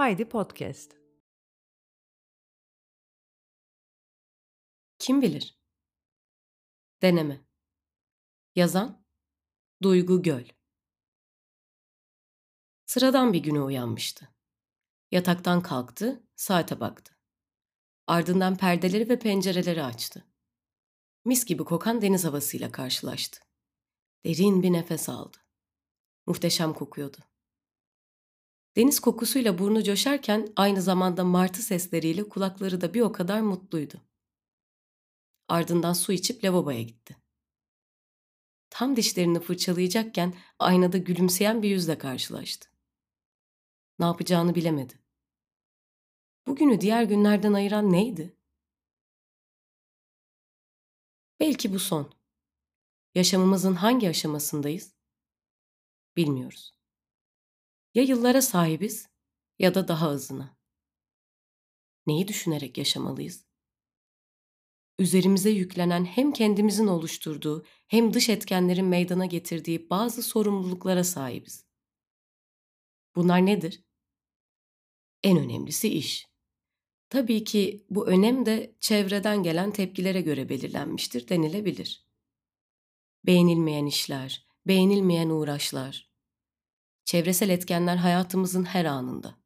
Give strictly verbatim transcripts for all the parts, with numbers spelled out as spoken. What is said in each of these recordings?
Haydi Podcast. Kim bilir? Deneme. Yazan Duygu Göl. Sıradan bir güne uyanmıştı. Yataktan kalktı, saate baktı. Ardından perdeleri ve pencereleri açtı. Mis gibi kokan deniz havasıyla karşılaştı. Derin bir nefes aldı. Muhteşem kokuyordu. Deniz kokusuyla burnu coşarken aynı zamanda martı sesleriyle kulakları da bir o kadar mutluydu. Ardından su içip lavaboya gitti. Tam dişlerini fırçalayacakken aynada gülümseyen bir yüzle karşılaştı. Ne yapacağını bilemedi. Bugünü diğer günlerden ayıran neydi? Belki bu son. Yaşamımızın hangi aşamasındayız? Bilmiyoruz. Ya yıllara sahibiz ya da daha azına. Neyi düşünerek yaşamalıyız? Üzerimize yüklenen hem kendimizin oluşturduğu hem dış etkenlerin meydana getirdiği bazı sorumluluklara sahibiz. Bunlar nedir? En önemlisi iş. Tabii ki bu önem de çevreden gelen tepkilere göre belirlenmiştir denilebilir. Beğenilmeyen işler, beğenilmeyen uğraşlar, çevresel etkenler hayatımızın her anında.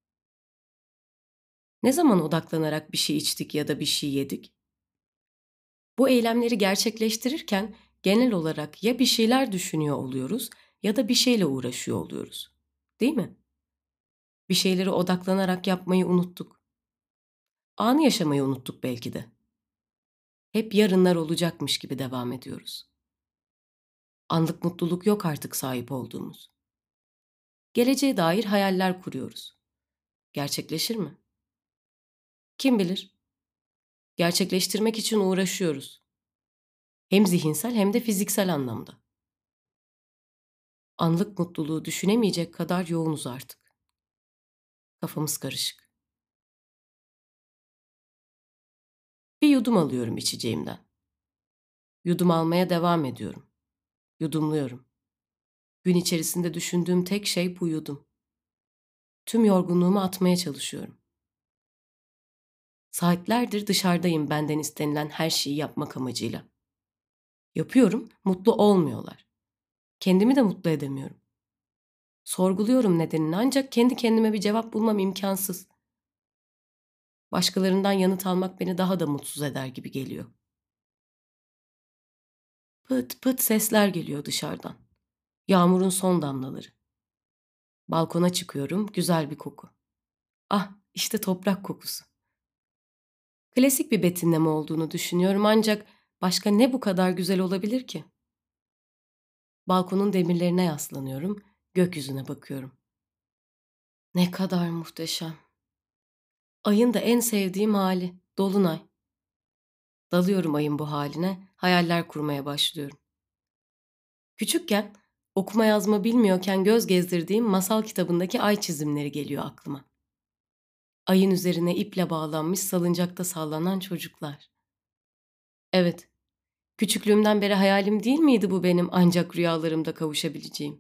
Ne zaman odaklanarak bir şey içtik ya da bir şey yedik? Bu eylemleri gerçekleştirirken genel olarak ya bir şeyler düşünüyor oluyoruz ya da bir şeyle uğraşıyor oluyoruz. Değil mi? Bir şeyleri odaklanarak yapmayı unuttuk. Anı yaşamayı unuttuk belki de. Hep yarınlar olacakmış gibi devam ediyoruz. Anlık mutluluk yok artık sahip olduğumuz. Geleceğe dair hayaller kuruyoruz. Gerçekleşir mi? Kim bilir? Gerçekleştirmek için uğraşıyoruz. Hem zihinsel hem de fiziksel anlamda. Anlık mutluluğu düşünemeyecek kadar yoğunuz artık. Kafamız karışık. Bir yudum alıyorum içeceğimden. Yudum almaya devam ediyorum. Yudumluyorum. Gün içerisinde düşündüğüm tek şey bu yudum. Tüm yorgunluğumu atmaya çalışıyorum. Saatlerdir dışarıdayım benden istenilen her şeyi yapmak amacıyla. Yapıyorum, mutlu olmuyorlar. Kendimi de mutlu edemiyorum. Sorguluyorum nedenini ancak kendi kendime bir cevap bulmam imkansız. Başkalarından yanıt almak beni daha da mutsuz eder gibi geliyor. Pıt pıt sesler geliyor dışarıdan. Yağmurun son damlaları. Balkona çıkıyorum, güzel bir koku. Ah, işte toprak kokusu. Klasik bir betimleme olduğunu düşünüyorum ancak başka ne bu kadar güzel olabilir ki? Balkonun demirlerine yaslanıyorum, gökyüzüne bakıyorum. Ne kadar muhteşem. Ayın da en sevdiğim hali, dolunay. Dalıyorum ayın bu haline, hayaller kurmaya başlıyorum. Küçükken, okuma yazma bilmiyorken göz gezdirdiğim masal kitabındaki ay çizimleri geliyor aklıma. Ayın üzerine iple bağlanmış salıncakta sallanan çocuklar. Evet, küçüklüğümden beri hayalim değil miydi bu benim ancak rüyalarımda kavuşabileceğim?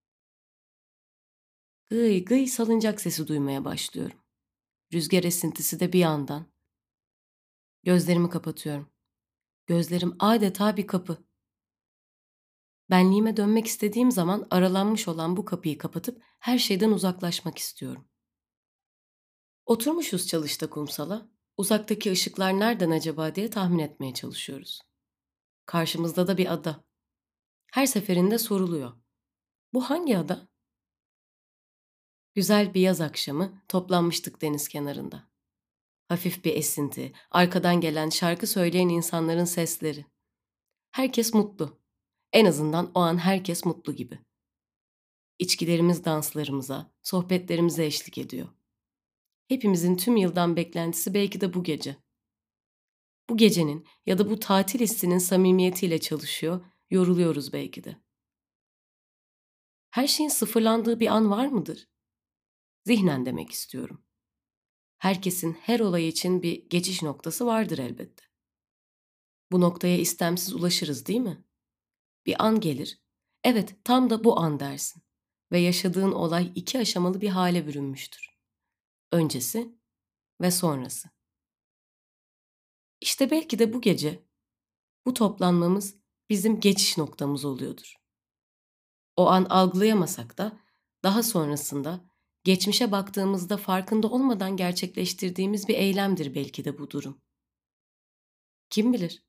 Gıy gıy salıncak sesi duymaya başlıyorum. Rüzgar esintisi de bir yandan. Gözlerimi kapatıyorum. Gözlerim adeta bir kapı. Benliğime dönmek istediğim zaman aralanmış olan bu kapıyı kapatıp her şeyden uzaklaşmak istiyorum. Oturmuşuz çalışta kumsala. Uzaktaki ışıklar nereden acaba diye tahmin etmeye çalışıyoruz. Karşımızda da bir ada. Her seferinde soruluyor. Bu hangi ada? Güzel bir yaz akşamı toplanmıştık deniz kenarında. Hafif bir esinti, arkadan gelen şarkı söyleyen insanların sesleri. Herkes mutlu. En azından o an herkes mutlu gibi. İçkilerimiz danslarımıza, sohbetlerimize eşlik ediyor. Hepimizin tüm yıldan beklentisi belki de bu gece. Bu gecenin ya da bu tatil hissinin samimiyetiyle çalışıyor, yoruluyoruz belki de. Her şeyin sıfırlandığı bir an var mıdır? Zihnen demek istiyorum. Herkesin her olay için bir geçiş noktası vardır elbette. Bu noktaya istemsiz ulaşırız değil mi? Bir an gelir, evet tam da bu an dersin ve yaşadığın olay iki aşamalı bir hale bürünmüştür. öncesi ve sonrası. İşte belki de bu gece bu toplanmamız bizim geçiş noktamız oluyordur. O an algılayamasak da daha sonrasında geçmişe baktığımızda farkında olmadan gerçekleştirdiğimiz bir eylemdir belki de bu durum. Kim bilir?